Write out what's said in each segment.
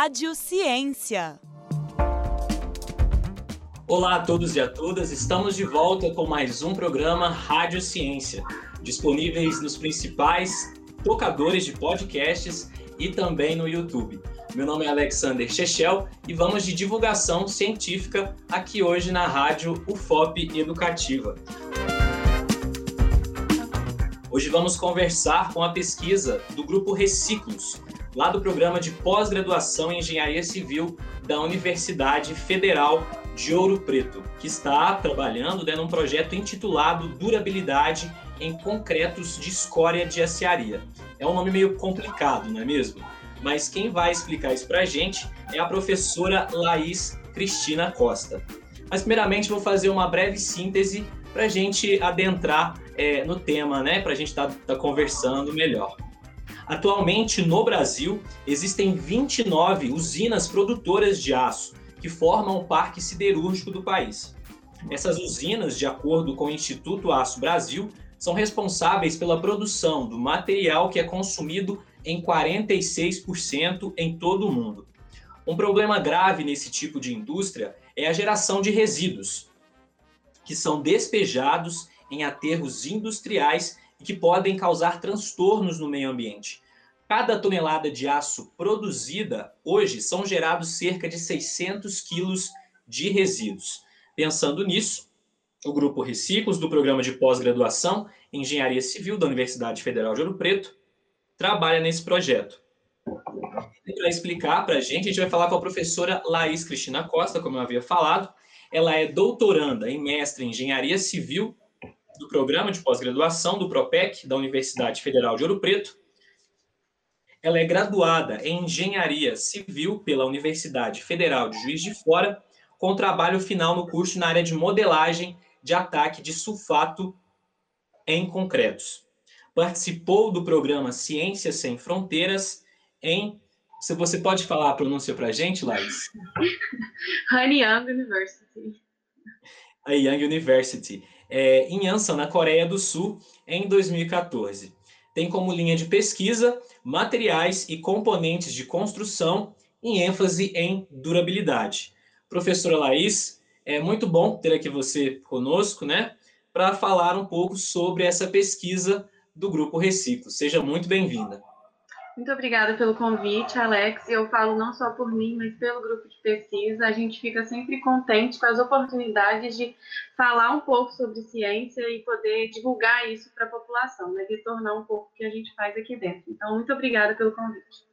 Rádio Ciência. Olá a todos e a todas, estamos de volta com mais um programa Rádio Ciência, disponíveis nos principais tocadores de podcasts e também no YouTube. Meu nome é Alexander Chechel e vamos de divulgação científica aqui hoje na Rádio UFOP Educativa. Hoje vamos conversar com a pesquisa do Grupo Reciclos, lá do Programa de Pós-Graduação em Engenharia Civil da Universidade Federal de Ouro Preto, que está trabalhando num projeto intitulado Durabilidade em Concretos de Escória de Aciaria. É um nome meio complicado, não é mesmo? Mas quem vai explicar isso para a gente é a professora Laís Cristina Costa. Mas primeiramente vou fazer uma breve síntese para a gente adentrar no tema, né? Para a gente estar conversando melhor. Atualmente, no Brasil, existem 29 usinas produtoras de aço, que formam o parque siderúrgico do país. Essas usinas, de acordo com o Instituto Aço Brasil, são responsáveis pela produção do material que é consumido em 46% em todo o mundo. Um problema grave nesse tipo de indústria é a geração de resíduos, que são despejados em aterros industriais e que podem causar transtornos no meio ambiente. Cada tonelada de aço produzida hoje são gerados cerca de 600 quilos de resíduos. Pensando nisso, o Grupo Reciclos, do Programa de Pós-Graduação em Engenharia Civil da Universidade Federal de Ouro Preto, trabalha nesse projeto. E para explicar para a gente vai falar com a professora Laís Cristina Costa, como eu havia falado. Ela é doutoranda em mestre em Engenharia Civil do Programa de Pós-Graduação do PROPEC, da Universidade Federal de Ouro Preto. Ela é graduada em Engenharia Civil pela Universidade Federal de Juiz de Fora, com trabalho final no curso na área de modelagem de ataque de sulfato em concretos. Participou do programa Ciências Sem Fronteiras Se você pode falar a pronúncia para a gente, Laís? Hanyang University. A Young University, em Ansan, na Coreia do Sul, em 2014. Tem como linha de pesquisa materiais e componentes de construção em ênfase em durabilidade. Professora Laís, é muito bom ter aqui você conosco, né, para falar um pouco sobre essa pesquisa do Grupo Reciclos. Seja muito bem-vinda. Muito obrigada pelo convite, Alex. Eu falo não só por mim, mas pelo grupo de pesquisa. A gente fica sempre contente com as oportunidades de falar um pouco sobre ciência e poder divulgar isso para a população, né? Retornar um pouco o que a gente faz aqui dentro. Então, muito obrigada pelo convite.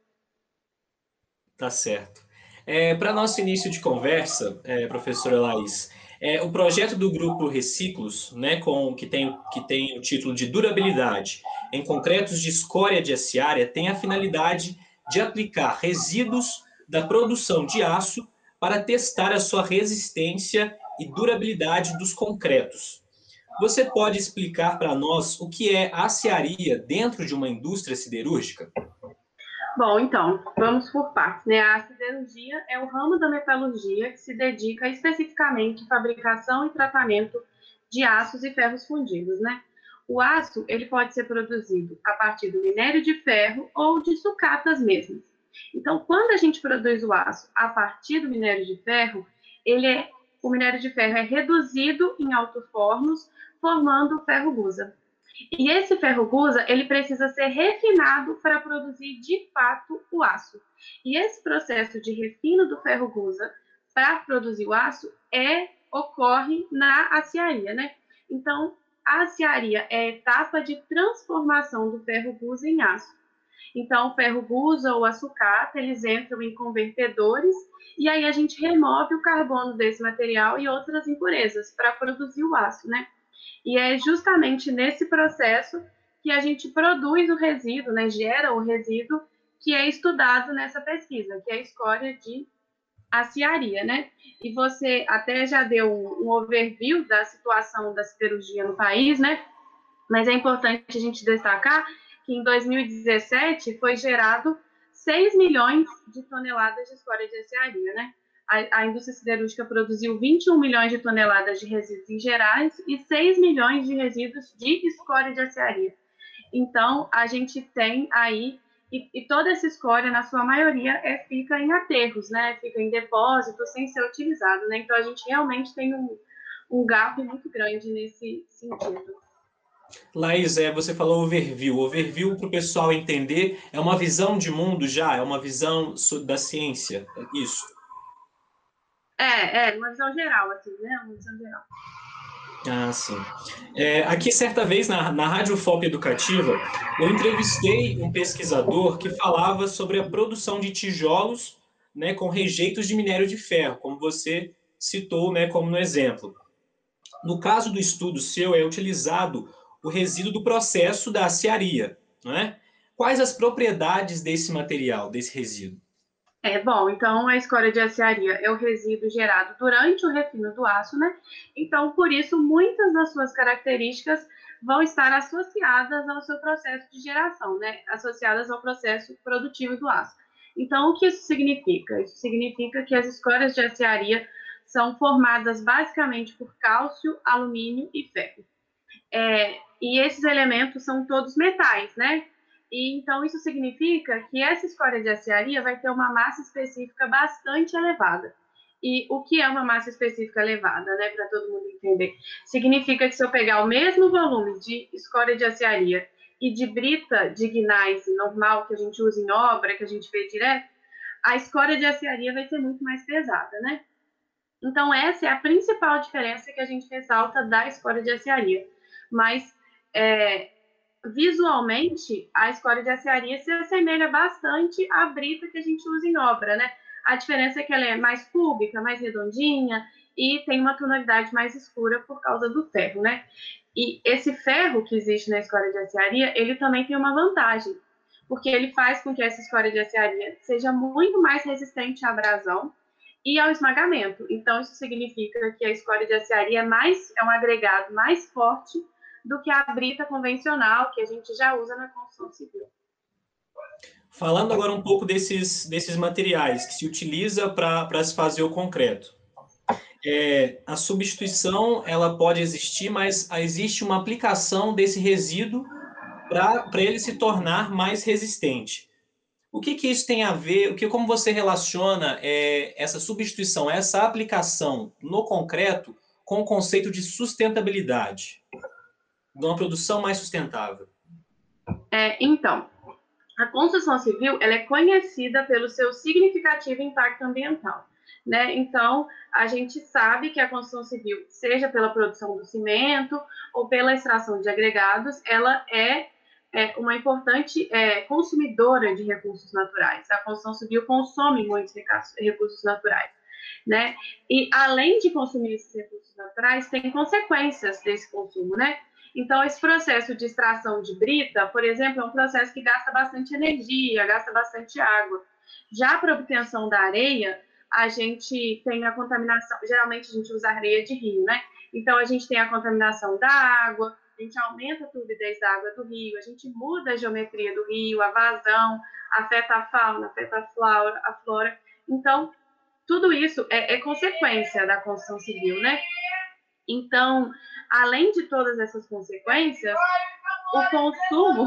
Tá certo. Para nosso início de conversa, professora Laís, o projeto do Grupo Reciclos, né, que tem o título de Durabilidade em Concretos de Escória de Aciária, tem a finalidade de aplicar resíduos da produção de aço para testar a sua resistência e durabilidade dos concretos. Você pode explicar para nós o que é aciaria dentro de uma indústria siderúrgica? Bom, então, vamos por partes, né? A siderurgia é o ramo da metalurgia que se dedica especificamente à fabricação e tratamento de aços e ferros fundidos, né? O aço, ele pode ser produzido a partir do minério de ferro ou de sucatas mesmo. Então, quando a gente produz o aço a partir do minério de ferro, o minério de ferro é reduzido em altofornos, formando o ferro-gusa. E esse ferro-gusa, ele precisa ser refinado para produzir, de fato, o aço. E esse processo de refino do ferro-gusa para produzir o aço ocorre na aciaria, né? Então, a aciaria é a etapa de transformação do ferro-gusa em aço. Então, o ferro-gusa ou a sucata, eles entram em convertedores e aí a gente remove o carbono desse material e outras impurezas para produzir o aço, né? E é justamente nesse processo que a gente produz o resíduo, né, gera o resíduo que é estudado nessa pesquisa, que é a escória de aciaria, né? E você até já deu um overview da situação da siderurgia no país, né? Mas é importante a gente destacar que em 2017 foi gerado 6 milhões de toneladas de escória de aciaria, né? A indústria siderúrgica produziu 21 milhões de toneladas de resíduos em gerais e 6 milhões de resíduos de escória de aciaria. Então, a gente tem aí E toda essa escória, na sua maioria, fica em aterros, né? Fica em depósitos sem ser utilizado, né? Então a gente realmente tem um gap muito grande nesse sentido. Laís, você falou overview. Overview, para o pessoal entender, é uma visão de mundo já, é uma visão da ciência, é isso. Uma visão geral, assim, né? Uma visão geral. Ah, sim. Aqui, certa vez, na Rádio FOP Educativa, eu entrevistei um pesquisador que falava sobre a produção de tijolos, né, com rejeitos de minério de ferro, como você citou, né, como no exemplo. No caso do estudo seu, é utilizado o resíduo do processo da aciaria, não é? Quais as propriedades desse material, desse resíduo? Bom, então a escória de aciaria é o resíduo gerado durante o refino do aço, né? Então, por isso, muitas das suas características vão estar associadas ao seu processo de geração, né? Associadas ao processo produtivo do aço. Então, o que isso significa? Isso significa que as escórias de aciaria são formadas basicamente por cálcio, alumínio e ferro. E esses elementos são todos metais, né? E então isso significa que essa escória de aciaria vai ter uma massa específica bastante elevada. E o que é uma massa específica elevada, né, para todo mundo entender? Significa que se eu pegar o mesmo volume de escória de aciaria e de brita de gneiss normal que a gente usa em obra, que a gente vê direto, a escória de aciaria vai ser muito mais pesada, né? Então essa é a principal diferença que a gente ressalta da escória de aciaria. Mas visualmente, a escória de aciaria se assemelha bastante à brita que a gente usa em obra, né? A diferença é que ela é mais cúbica, mais redondinha e tem uma tonalidade mais escura por causa do ferro, né? E esse ferro que existe na escória de aciaria, ele também tem uma vantagem, porque ele faz com que essa escória de aciaria seja muito mais resistente à abrasão e ao esmagamento. Então, isso significa que a escória de aciaria é um agregado mais forte do que a brita convencional que a gente já usa na construção civil. Falando agora um pouco desses materiais que se utiliza para se fazer o concreto. A substituição ela pode existir, mas existe uma aplicação desse resíduo para ele se tornar mais resistente. O que isso tem a ver? Como você relaciona essa substituição, essa aplicação no concreto com o conceito de sustentabilidade, de uma produção mais sustentável? Então, a construção civil ela é conhecida pelo seu significativo impacto ambiental, né? Então, a gente sabe que a construção civil, seja pela produção do cimento ou pela extração de agregados, ela é uma importante consumidora de recursos naturais. A construção civil consome muitos recursos naturais, né? E além de consumir esses recursos naturais, tem consequências desse consumo, né? Então, esse processo de extração de brita, por exemplo, é um processo que gasta bastante energia, gasta bastante água. Já para a obtenção da areia, a gente tem a contaminação, geralmente a gente usa areia de rio, né? Então, a gente tem a contaminação da água, a gente aumenta a turbidez da água do rio, a gente muda a geometria do rio, a vazão, afeta a fauna, afeta a flora. Então, tudo isso é consequência da construção civil, né? Então, além de todas essas consequências, o consumo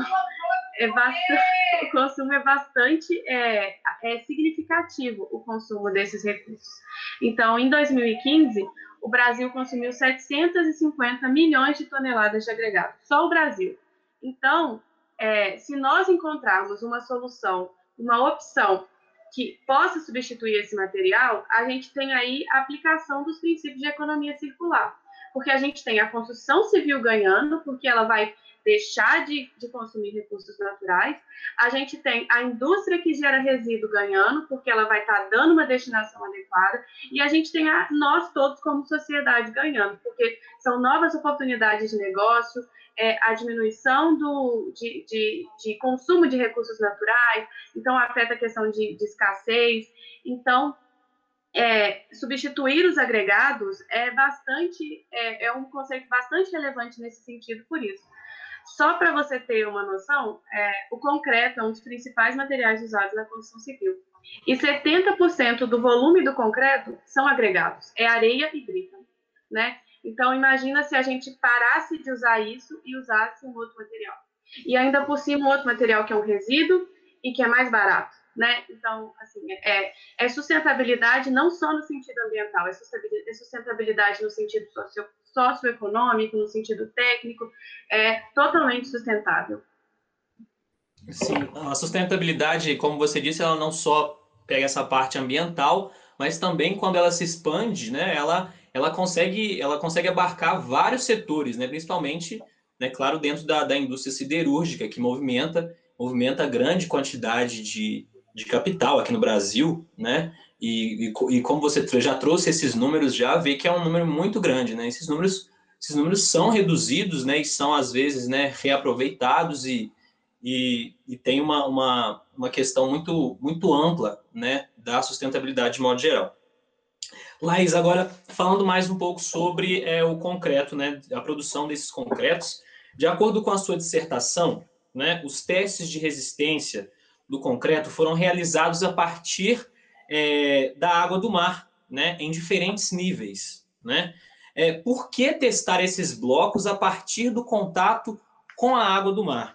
é bastante significativo, o consumo desses recursos. Então, em 2015, o Brasil consumiu 750 milhões de toneladas de agregado, só o Brasil. Então, se nós encontrarmos uma solução, uma opção que possa substituir esse material, a gente tem aí a aplicação dos princípios de economia circular, porque a gente tem a construção civil ganhando, porque ela vai deixar de consumir recursos naturais, a gente tem a indústria que gera resíduo ganhando, porque ela vai estar dando uma destinação adequada, e a gente tem nós todos como sociedade ganhando, porque são novas oportunidades de negócio, a diminuição de consumo de recursos naturais, então afeta a questão de escassez. Então, substituir os agregados é um conceito bastante relevante nesse sentido, por isso. Só para você ter uma noção, o concreto é um dos principais materiais usados na construção civil. E 70% do volume do concreto são agregados, é areia e brita, né? Então, imagina se a gente parasse de usar isso e usasse um outro material. E ainda por cima, um outro material que é um resíduo e que é mais barato, né? Então, assim, é sustentabilidade não só no sentido ambiental, é sustentabilidade no sentido socioeconômico, no sentido técnico, é totalmente sustentável. Sim, a sustentabilidade, como você disse, ela não só pega essa parte ambiental, mas também quando ela se expande, né, ela consegue abarcar vários setores, né, principalmente, né, claro, dentro da indústria siderúrgica, que movimenta grande quantidade de capital aqui no Brasil, né, e como você já trouxe esses números, já vê que é um número muito grande, né, esses números são reduzidos, né, e são, às vezes, né, reaproveitados e tem uma questão muito, muito ampla, né, da sustentabilidade de modo geral. Laís, agora falando mais um pouco sobre o concreto, né, a produção desses concretos, de acordo com a sua dissertação, né, os testes de resistência do concreto foram realizados a partir da água do mar, né, em diferentes níveis, né? Por que testar esses blocos a partir do contato com a água do mar?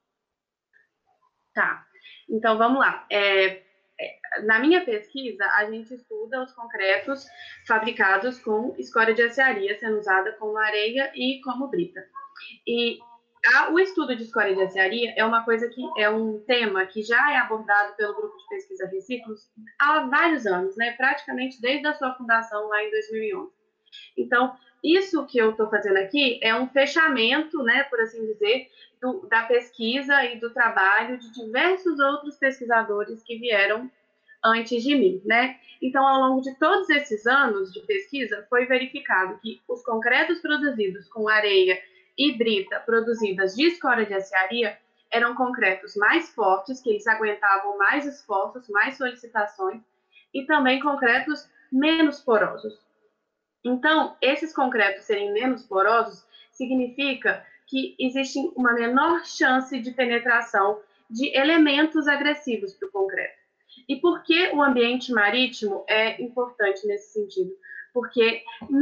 Tá, então vamos lá. Na minha pesquisa, a gente estuda os concretos fabricados com escória de aciaria, sendo usada como areia e como brita. E o estudo de escória de aciaria é uma coisa que é um tema que já é abordado pelo grupo de pesquisa Reciclos há vários anos, né? Praticamente desde a sua fundação lá em 2011. Então, isso que eu estou fazendo aqui é um fechamento, né, por assim dizer, da pesquisa e do trabalho de diversos outros pesquisadores que vieram antes de mim, né? Então, ao longo de todos esses anos de pesquisa, foi verificado que os concretos produzidos com areia e brita produzidas de escória de aciaria eram concretos mais fortes, que eles aguentavam mais esforços, mais solicitações, e também concretos menos porosos. Então, esses concretos serem menos porosos significa que existe uma menor chance de penetração de elementos agressivos para o concreto. E por que o ambiente marítimo é importante nesse sentido? Porque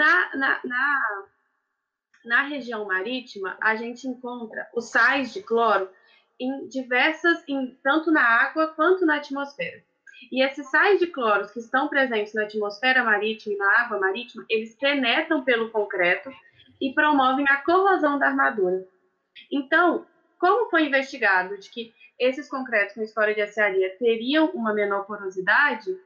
na região marítima, a gente encontra os sais de cloro tanto na água quanto na atmosfera. E esses sais de cloros que estão presentes na atmosfera marítima e na água marítima, eles penetram pelo concreto e promovem a corrosão da armadura. Então, como foi investigado de que esses concretos com escória de aciaria teriam uma menor porosidade,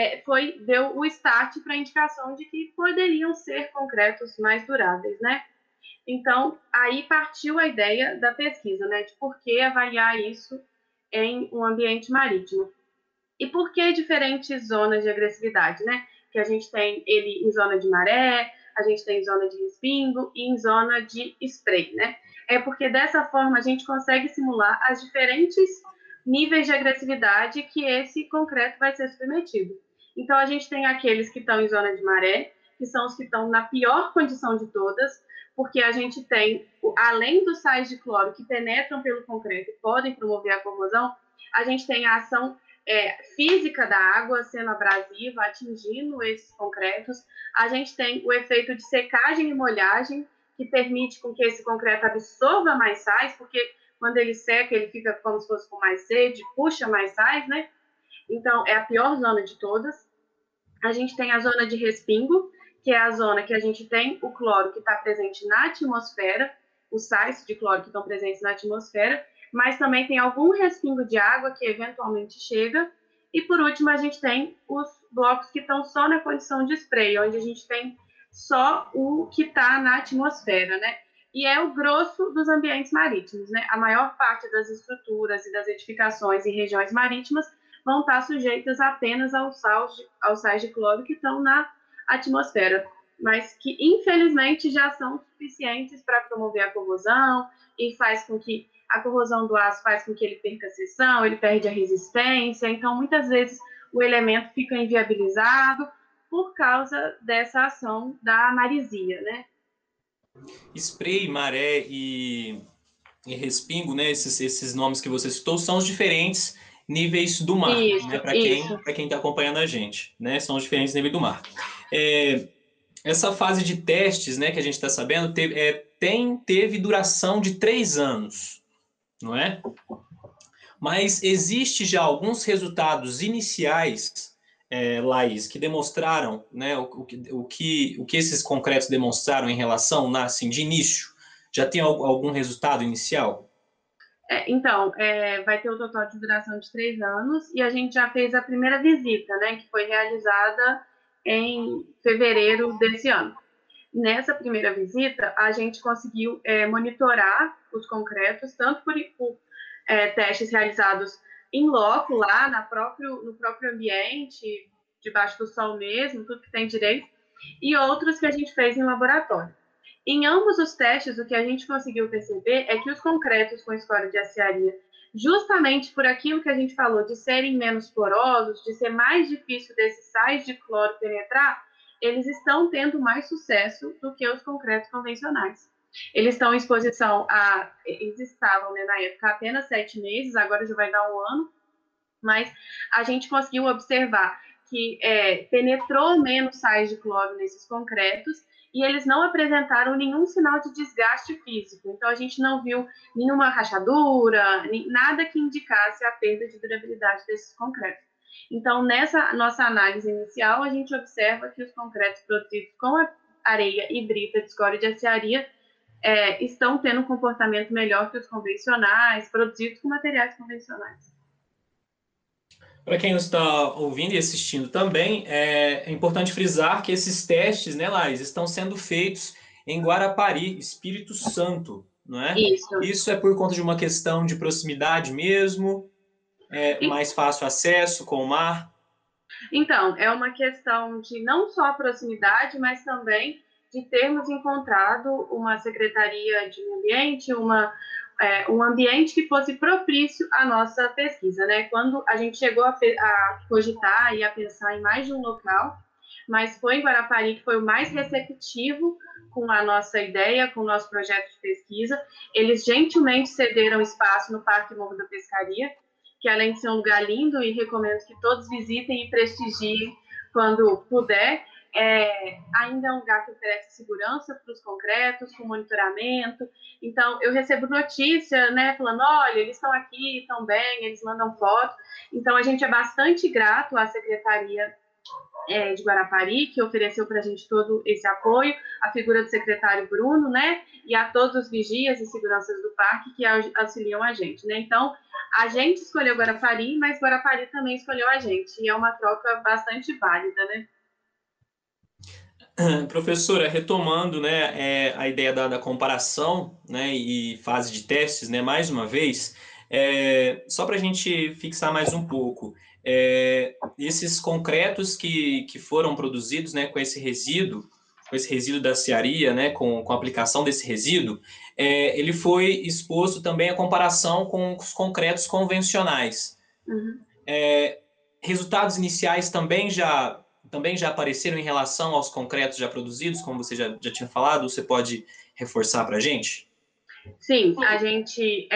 deu o start para a indicação de que poderiam ser concretos mais duráveis, né? Então, aí partiu a ideia da pesquisa, né, de por que avaliar isso em um ambiente marítimo. E por que diferentes zonas de agressividade, né? Que a gente tem ele em zona de maré, a gente tem em zona de respingo e em zona de spray, né? É porque dessa forma a gente consegue simular as diferentes níveis de agressividade que esse concreto vai ser submetido. Então a gente tem aqueles que estão em zona de maré, que são os que estão na pior condição de todas, porque a gente tem, além dos sais de cloro que penetram pelo concreto e podem promover a corrosão, a gente tem a ação física da água sendo abrasiva, atingindo esses concretos. A gente tem o efeito de secagem e molhagem, que permite com que esse concreto absorva mais sais, porque quando ele seca, ele fica como se fosse com mais sede, puxa mais sais, né? Então, é a pior zona de todas. A gente tem a zona de respingo, que é a zona que a gente tem o cloro que está presente na atmosfera, os sais de cloro que estão presentes na atmosfera, mas também tem algum respingo de água que eventualmente chega. E por último, a gente tem os blocos que estão só na condição de spray, onde a gente tem só o que está na atmosfera, né? E é o grosso dos ambientes marítimos, né? A maior parte das estruturas e das edificações em regiões marítimas vão estar sujeitas apenas aos sais de cloro que estão na atmosfera, mas que infelizmente já são suficientes para promover a corrosão e faz com que a corrosão do aço faz com que ele perca a seção, ele perde a resistência, então muitas vezes o elemento fica inviabilizado por causa dessa ação da marisia, né? Spray, maré e respingo, né? Esses nomes que você citou são os diferentes níveis do mar, né? Para quem está acompanhando a gente, né? São os diferentes níveis do mar. Essa fase de testes, né, que a gente está sabendo, teve duração de 3 anos, não é? Mas existe já alguns resultados iniciais, Laís, que demonstraram, né, o que esses concretos demonstraram em relação, assim, de início? Já tem algum resultado inicial? Então, vai ter o total de duração de 3 anos e a gente já fez a primeira visita, né, que foi realizada em fevereiro desse ano. Nessa primeira visita, a gente conseguiu monitorar os concretos, tanto por testes realizados em loco, lá no próprio ambiente, debaixo do sol mesmo, tudo que tem direito, e outros que a gente fez em laboratório. Em ambos os testes, o que a gente conseguiu perceber é que os concretos com escória de aciaria, justamente por aquilo que a gente falou, de serem menos porosos, de ser mais difícil desses sais de cloro penetrar, eles estão tendo mais sucesso do que os concretos convencionais. Eles estão em exposição eles estavam, né, na época, apenas 7 meses, agora já vai dar 1 ano, mas a gente conseguiu observar que penetrou menos sais de cloro nesses concretos e eles não apresentaram nenhum sinal de desgaste físico. Então, a gente não viu nenhuma rachadura, nada que indicasse a perda de durabilidade desses concretos. Então, nessa nossa análise inicial, a gente observa que os concretos produzidos com a areia e brita de escória de aciaria estão tendo um comportamento melhor que os convencionais, produzidos com materiais convencionais. Para quem está ouvindo e assistindo também, é importante frisar que esses testes, né, Laís, estão sendo feitos em Guarapari, Espírito Santo, não é? Isso. Isso é por conta de uma questão de proximidade mesmo, mais fácil acesso com o mar? Então, é uma questão de não só proximidade, mas também de termos encontrado uma secretaria de meio ambiente, um ambiente que fosse propício à nossa pesquisa, né? Quando a gente chegou a cogitar e a pensar em mais de um local, mas foi em Guarapari que foi o mais receptivo com a nossa ideia, com o nosso projeto de pesquisa. Eles gentilmente cederam espaço no Parque Morro da Pescaria, que além de ser um lugar lindo, e recomendo que todos visitem e prestigiem quando puder, ainda é um lugar que oferece segurança para os concretos, com monitoramento. Então, eu recebo notícia, né, falando, olha, eles estão aqui, estão bem, eles mandam foto. Então, a gente é bastante grato à Secretaria de Guarapari, que ofereceu para a gente todo esse apoio, a figura do secretário Bruno, né, e a todos os vigias e seguranças do parque que auxiliam a gente, né. Então, a gente escolheu Guarapari, mas Guarapari também escolheu a gente, e é uma troca bastante válida, né. Professora, retomando, né, a ideia da comparação, né, e fase de testes, né, mais uma vez, só para a gente fixar mais um pouco, esses concretos que foram produzidos, né, com esse resíduo da aciaria, né, com a aplicação desse resíduo, ele foi exposto também à comparação com os concretos convencionais. Uhum. Resultados iniciais também já apareceram em relação aos concretos já produzidos, como você já tinha falado? Você pode reforçar para a gente? Sim, a gente.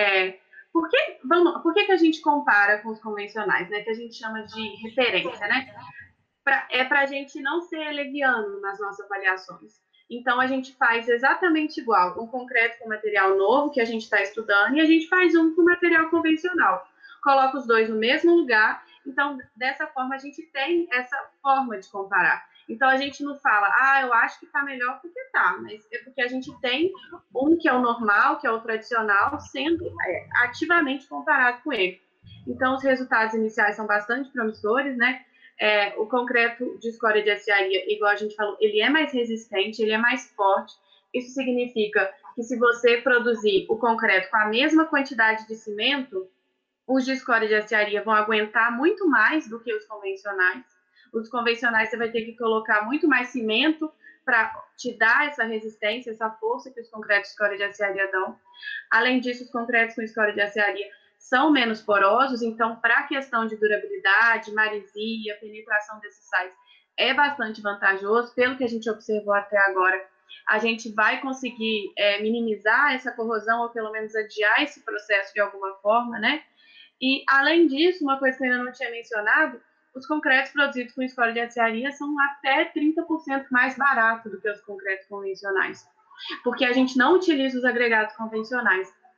Por que a gente compara com os convencionais, né? Que a gente chama de referência, né? Para a gente não ser leviano nas nossas avaliações. Então, a gente faz exatamente igual um concreto com material novo que a gente está estudando e a gente faz um com material convencional. Coloca os dois no mesmo lugar. Então, dessa forma, a gente tem essa forma de comparar. Então, a gente não fala, eu acho que está melhor porque está, mas é porque a gente tem um que é o normal, que é o tradicional, sendo ativamente comparado com ele. Então, os resultados iniciais são bastante promissores, né? O concreto de escória de aciaria, igual a gente falou, ele é mais resistente, ele é mais forte. Isso significa que se você produzir o concreto com a mesma quantidade de cimento, os de escória de aciaria vão aguentar muito mais do que os convencionais. Os convencionais você vai ter que colocar muito mais cimento para te dar essa resistência, essa força que os concretos de escória de aciaria dão. Além disso, os concretos com escória de aciaria são menos porosos, então, para a questão de durabilidade, maresia, penetração desses sais, é bastante vantajoso. Pelo que a gente observou até agora, a gente vai conseguir minimizar essa corrosão, ou pelo menos adiar esse processo de alguma forma, né? E, além disso, uma coisa que eu ainda não tinha mencionado, os concretos produzidos com escória de aciaria são até 30% mais baratos do que os concretos convencionais, porque a gente não utiliza os agregados convencionais.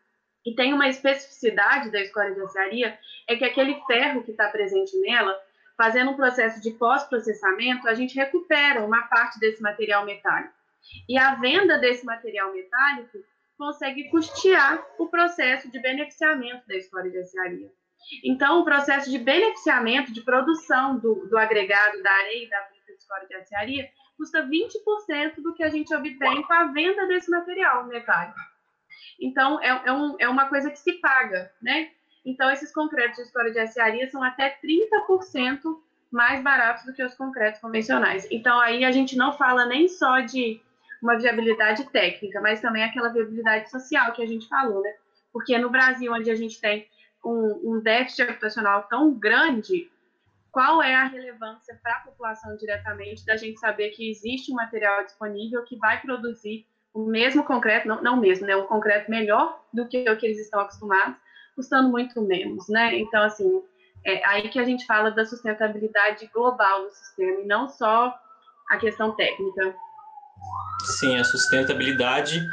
E tem uma especificidade da escória de aciaria, é que aquele ferro que está presente nela, fazendo um processo de pós-processamento, a gente recupera uma parte desse material metálico. E a venda desse material metálico consegue custear o processo de beneficiamento da escória de aciaria. Então, o processo de beneficiamento, de produção do agregado da areia e da brita de escória de aciaria, custa 20% do que a gente obtém com a venda desse material metálico. Então, é uma coisa que se paga, né? Então, esses concretos de escória de aciaria são até 30% mais baratos do que os concretos convencionais. Então, aí a gente não fala nem só de uma viabilidade técnica, mas também aquela viabilidade social que a gente falou, né? Porque no Brasil, onde a gente tem um déficit habitacional tão grande, qual é a relevância para a população diretamente da gente saber que existe um material disponível que vai produzir o mesmo concreto, não mesmo, né? Um concreto melhor do que o que eles estão acostumados, custando muito menos, né? Então, assim, é aí que a gente fala da sustentabilidade global do sistema e não só a questão técnica. Sim, a sustentabilidade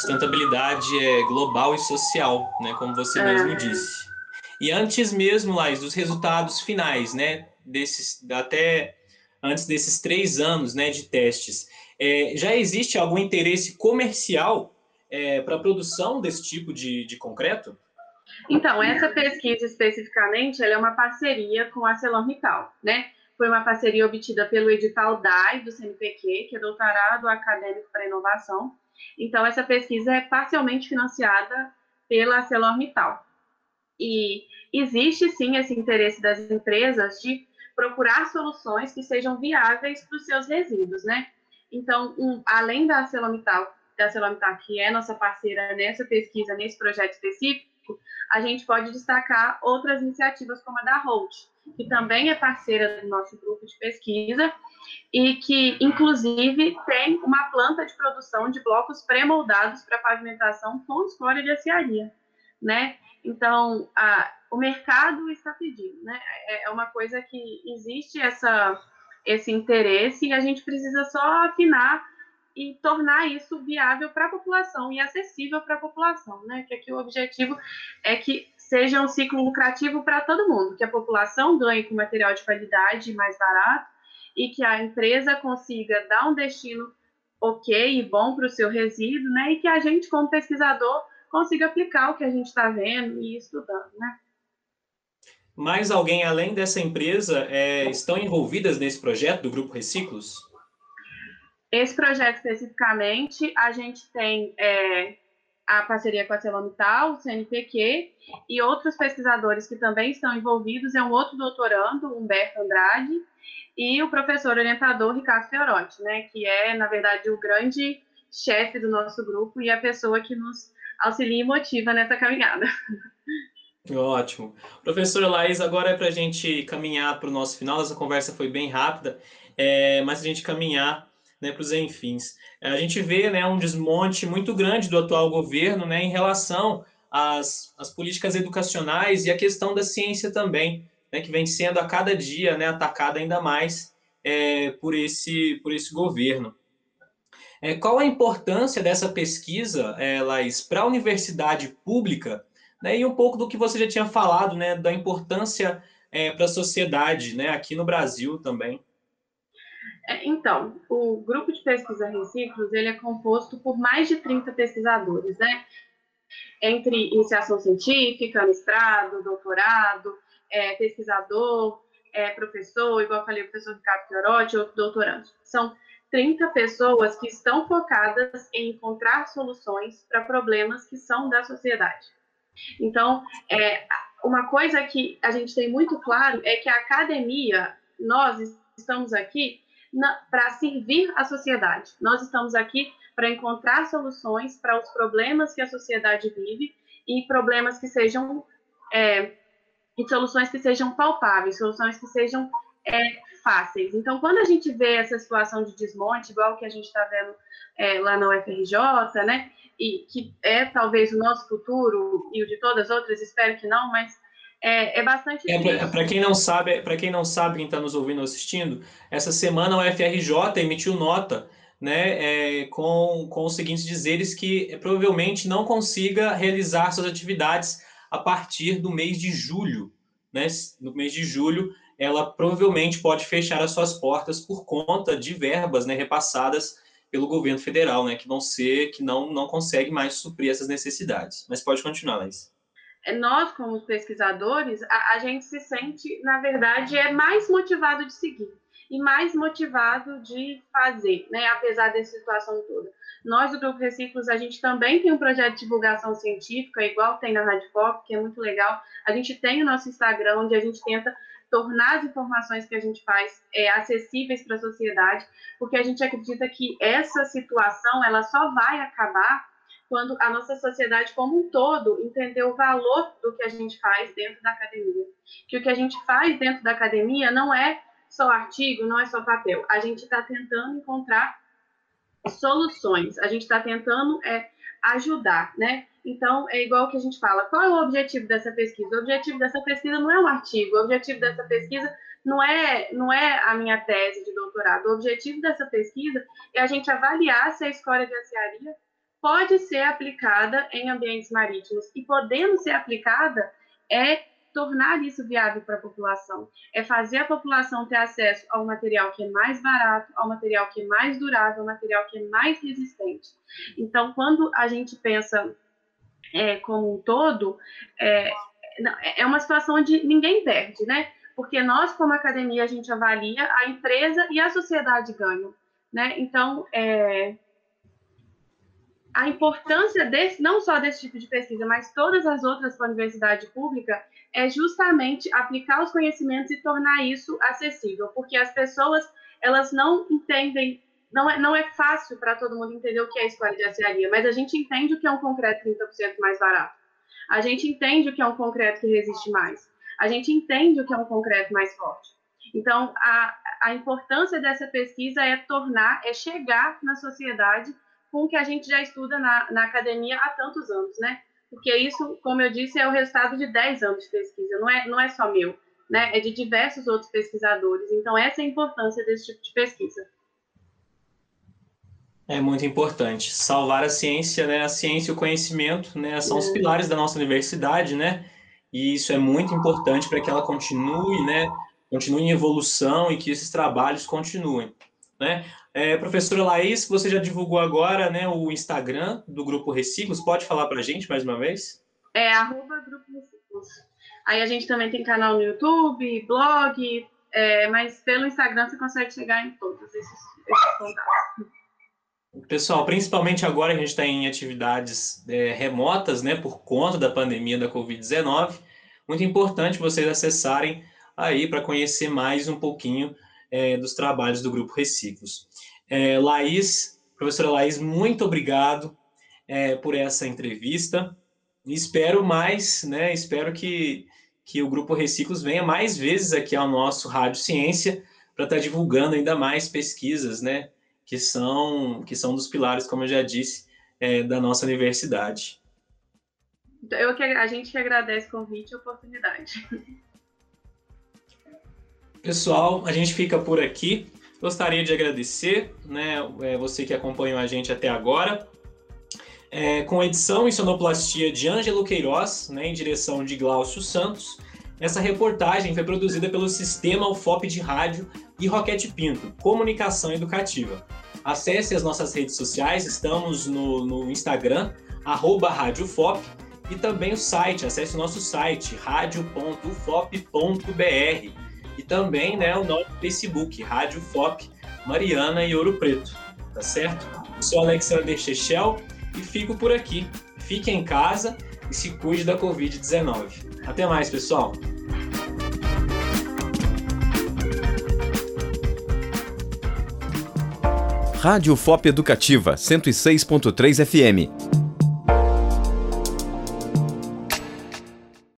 é global e social, né, como você mesmo disse. E antes mesmo, Laís, dos resultados finais, né, até antes desses 3 anos, né, de testes, já existe algum interesse comercial para a produção desse tipo de concreto? Então, essa pesquisa especificamente, ela é uma parceria com a ArcelorMittal, né? Foi uma parceria obtida pelo edital DAI do CNPq, que é Doutorado Acadêmico para Inovação. Então, essa pesquisa é parcialmente financiada pela ArcelorMittal. E existe, sim, esse interesse das empresas de procurar soluções que sejam viáveis para os seus resíduos, né? Então, além da ArcelorMittal, que é nossa parceira nessa pesquisa, nesse projeto específico, a gente pode destacar outras iniciativas como a da Holt, que também é parceira do nosso grupo de pesquisa e que, inclusive, tem uma planta de produção de blocos pré-moldados para pavimentação com escória de aciaria, né? Então, o mercado está pedindo, né? É uma coisa que existe esse interesse e a gente precisa só afinar e tornar isso viável para a população e acessível para a população, né? Que aqui o objetivo é que seja um ciclo lucrativo para todo mundo, que a população ganhe com material de qualidade mais barato e que a empresa consiga dar um destino ok e bom para o seu resíduo, né? E que a gente, como pesquisador, consiga aplicar o que a gente está vendo e estudando, né? Mais alguém além dessa empresa estão envolvidas nesse projeto do Grupo Reciclos? Esse projeto especificamente, a gente tem a parceria com a ArcelorMittal, o CNPq, e outros pesquisadores que também estão envolvidos, é um outro doutorando, Humberto Andrade, e o professor orientador Ricardo Fiorotti, né, que é, na verdade, o grande chefe do nosso grupo e a pessoa que nos auxilia e motiva nessa caminhada. Ótimo. Professora Laís, agora é para a gente caminhar para o nosso final. Essa conversa foi bem rápida, mas a gente caminhar, né, para os enfins. A gente vê, né, um desmonte muito grande do atual governo, né, em relação às políticas educacionais e a questão da ciência também, né, que vem sendo a cada dia, né, atacada ainda mais por esse governo. Qual a importância dessa pesquisa, Laís, para a universidade pública, né, e um pouco do que você já tinha falado, né, da importância para a sociedade, né, aqui no Brasil também? Então, o grupo de pesquisa Reciclos, ele é composto por mais de 30 pesquisadores, né? Entre iniciação científica, mestrado, doutorado, pesquisador, professor, igual eu falei, o professor Ricardo Fiorotti, outro doutorando. São 30 pessoas que estão focadas em encontrar soluções para problemas que são da sociedade. Então, uma coisa que a gente tem muito claro é que a academia, nós estamos aqui para servir a sociedade. Nós estamos aqui para encontrar soluções para os problemas que a sociedade vive e problemas que sejam e soluções que sejam palpáveis, soluções que sejam fáceis. Então, quando a gente vê essa situação de desmonte, igual que a gente está vendo lá na UFRJ, né, e que é talvez o nosso futuro e o de todas as outras, espero que não, mas é bastante triste. Para quem não sabe, quem está nos ouvindo ou assistindo, essa semana a UFRJ emitiu nota, né, com os seguintes dizeres que provavelmente não consiga realizar suas atividades a partir do mês de julho, né? No mês de julho, ela provavelmente pode fechar as suas portas por conta de verbas, né, repassadas pelo governo federal, né, que não consegue mais suprir essas necessidades. Mas pode continuar, Laís. Nós, como pesquisadores, a gente se sente, na verdade, mais motivado de seguir e mais motivado de fazer, né, apesar dessa situação toda. Nós, do Grupo Reciclos, a gente também tem um projeto de divulgação científica, igual tem na Rádio Pop, que é muito legal. A gente tem o nosso Instagram, onde a gente tenta tornar as informações que a gente faz acessíveis para a sociedade, porque a gente acredita que essa situação ela só vai acabar quando a nossa sociedade como um todo entender o valor do que a gente faz dentro da academia. Que o que a gente faz dentro da academia não é só artigo, não é só papel. A gente está tentando encontrar soluções, a gente está tentando ajudar, né? Então, é igual que a gente fala, qual é o objetivo dessa pesquisa? O objetivo dessa pesquisa não é um artigo, o objetivo dessa pesquisa não é a minha tese de doutorado. O objetivo dessa pesquisa é a gente avaliar se a escória de aciaria pode ser aplicada em ambientes marítimos. E podendo ser aplicada, tornar isso viável para a população. É fazer a população ter acesso ao material que é mais barato, ao material que é mais durável, ao material que é mais resistente. Então, quando a gente pensa como um todo, é uma situação onde ninguém perde, né? Porque nós, como academia, a gente avalia, a empresa e a sociedade ganham, né? Então, a importância não só desse tipo de pesquisa, mas todas as outras para a universidade pública, é justamente aplicar os conhecimentos e tornar isso acessível, porque as pessoas, elas não entendem, não é fácil para todo mundo entender o que é escória de aciaria, mas a gente entende o que é um concreto 30% mais barato, a gente entende o que é um concreto que resiste mais, a gente entende o que é um concreto mais forte. Então, a importância dessa pesquisa é chegar na sociedade com o que a gente já estuda na academia há tantos anos, né? Porque isso, como eu disse, é o resultado de 10 anos de pesquisa, não é só meu, né? É de diversos outros pesquisadores. Então, essa é a importância desse tipo de pesquisa. É muito importante. Salvar a ciência, né? A ciência e o conhecimento, né? São os pilares da nossa universidade, né? E isso é muito importante para que ela continue, né? Continue em evolução e que esses trabalhos continuem, né? Professora Laís, você já divulgou agora, né, o Instagram do Grupo Reciclos, pode falar para a gente mais uma vez? @Grupo Reciclos. Aí a gente também tem canal no YouTube, blog, mas pelo Instagram você consegue chegar em todos esses contatos. Pessoal, principalmente agora que a gente está em atividades remotas, né, por conta da pandemia da Covid-19, muito importante vocês acessarem aí para conhecer mais um pouquinho dos trabalhos do Grupo Reciclos. Laís, professora Laís, muito obrigado por essa entrevista. Espero mais, né? Espero que o Grupo Reciclos venha mais vezes aqui ao nosso Rádio Ciência para estar divulgando ainda mais pesquisas, né? Que são dos pilares, como eu já disse, da nossa universidade. A gente que agradece o convite e a oportunidade. Pessoal, a gente fica por aqui. Gostaria de agradecer, né, você que acompanhou a gente até agora. Com edição e sonoplastia de Ângelo Queiroz, né, em direção de Glaucio Santos. Essa reportagem foi produzida pelo Sistema UFOP de Rádio e Roquete Pinto, Comunicação Educativa. Acesse as nossas redes sociais, estamos no Instagram, @RádioUFOP, e também o site, acesse o nosso site, radio.ufop.br. E também, né, o nosso Facebook, Rádio UFOP, Mariana e Ouro Preto, tá certo? Eu sou Alexander Chechel e fico por aqui. Fique em casa e se cuide da Covid-19. Até mais, pessoal! Rádio UFOP Educativa, 106.3 FM.